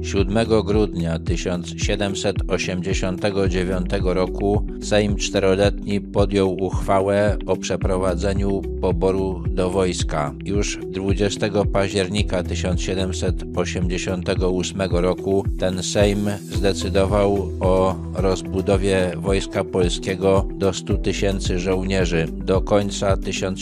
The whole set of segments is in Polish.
7 grudnia 1789 roku Sejm Czteroletni podjął uchwałę o przeprowadzeniu poboru do wojska. Już 20 października 1788 roku ten Sejm zdecydował o rozbudowie Wojska Polskiego do 100 000 żołnierzy. Do końca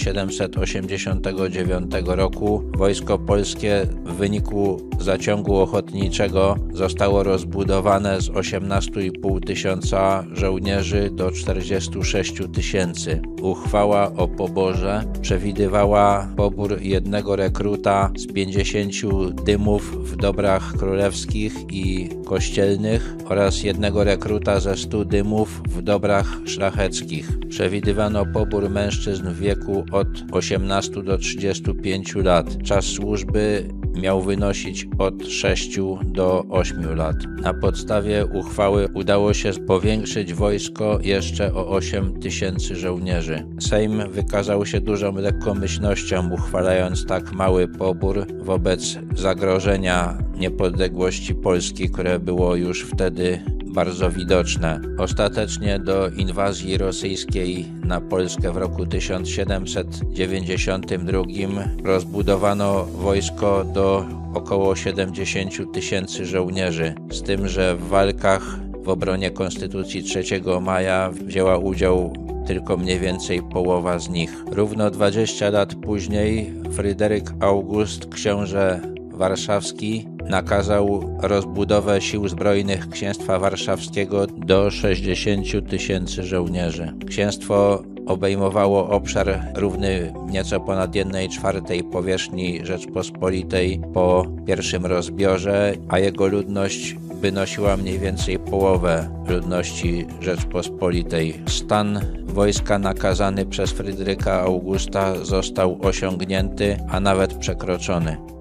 1789 roku Wojsko Polskie w wyniku zaciągu ochotniczego zostało rozbudowane z 18,5 tysiąca żołnierzy do 46 000. Uchwała o poborze przewidywała pobór jednego rekruta z 50 dymów w dobrach królewskich i kościelnych oraz jednego rekruta ze 100 dymów w dobrach szlacheckich. Przewidywano pobór mężczyzn w wieku od 18 do 35 lat. Czas służby miał wynosić od 6 do 8 lat. Na podstawie uchwały udało się powiększyć wojsko jeszcze o 8 000 żołnierzy. Sejm wykazał się dużą lekkomyślnością, uchwalając tak mały pobór wobec zagrożenia niepodległości Polski, które było już wtedy bardzo widoczne. Ostatecznie do inwazji rosyjskiej na Polskę w roku 1792 rozbudowano wojsko do około 70 000 żołnierzy, z tym, że w walkach w obronie Konstytucji 3 maja wzięła udział tylko mniej więcej połowa z nich. Równo 20 lat później Fryderyk August, książę warszawski, nakazał rozbudowę sił zbrojnych Księstwa Warszawskiego do 60 000 żołnierzy. Księstwo obejmowało obszar równy nieco ponad 1/4 powierzchni Rzeczpospolitej po pierwszym rozbiorze, a jego ludność wynosiła mniej więcej połowę ludności Rzeczpospolitej. Stan wojska nakazany przez Fryderyka Augusta został osiągnięty, a nawet przekroczony.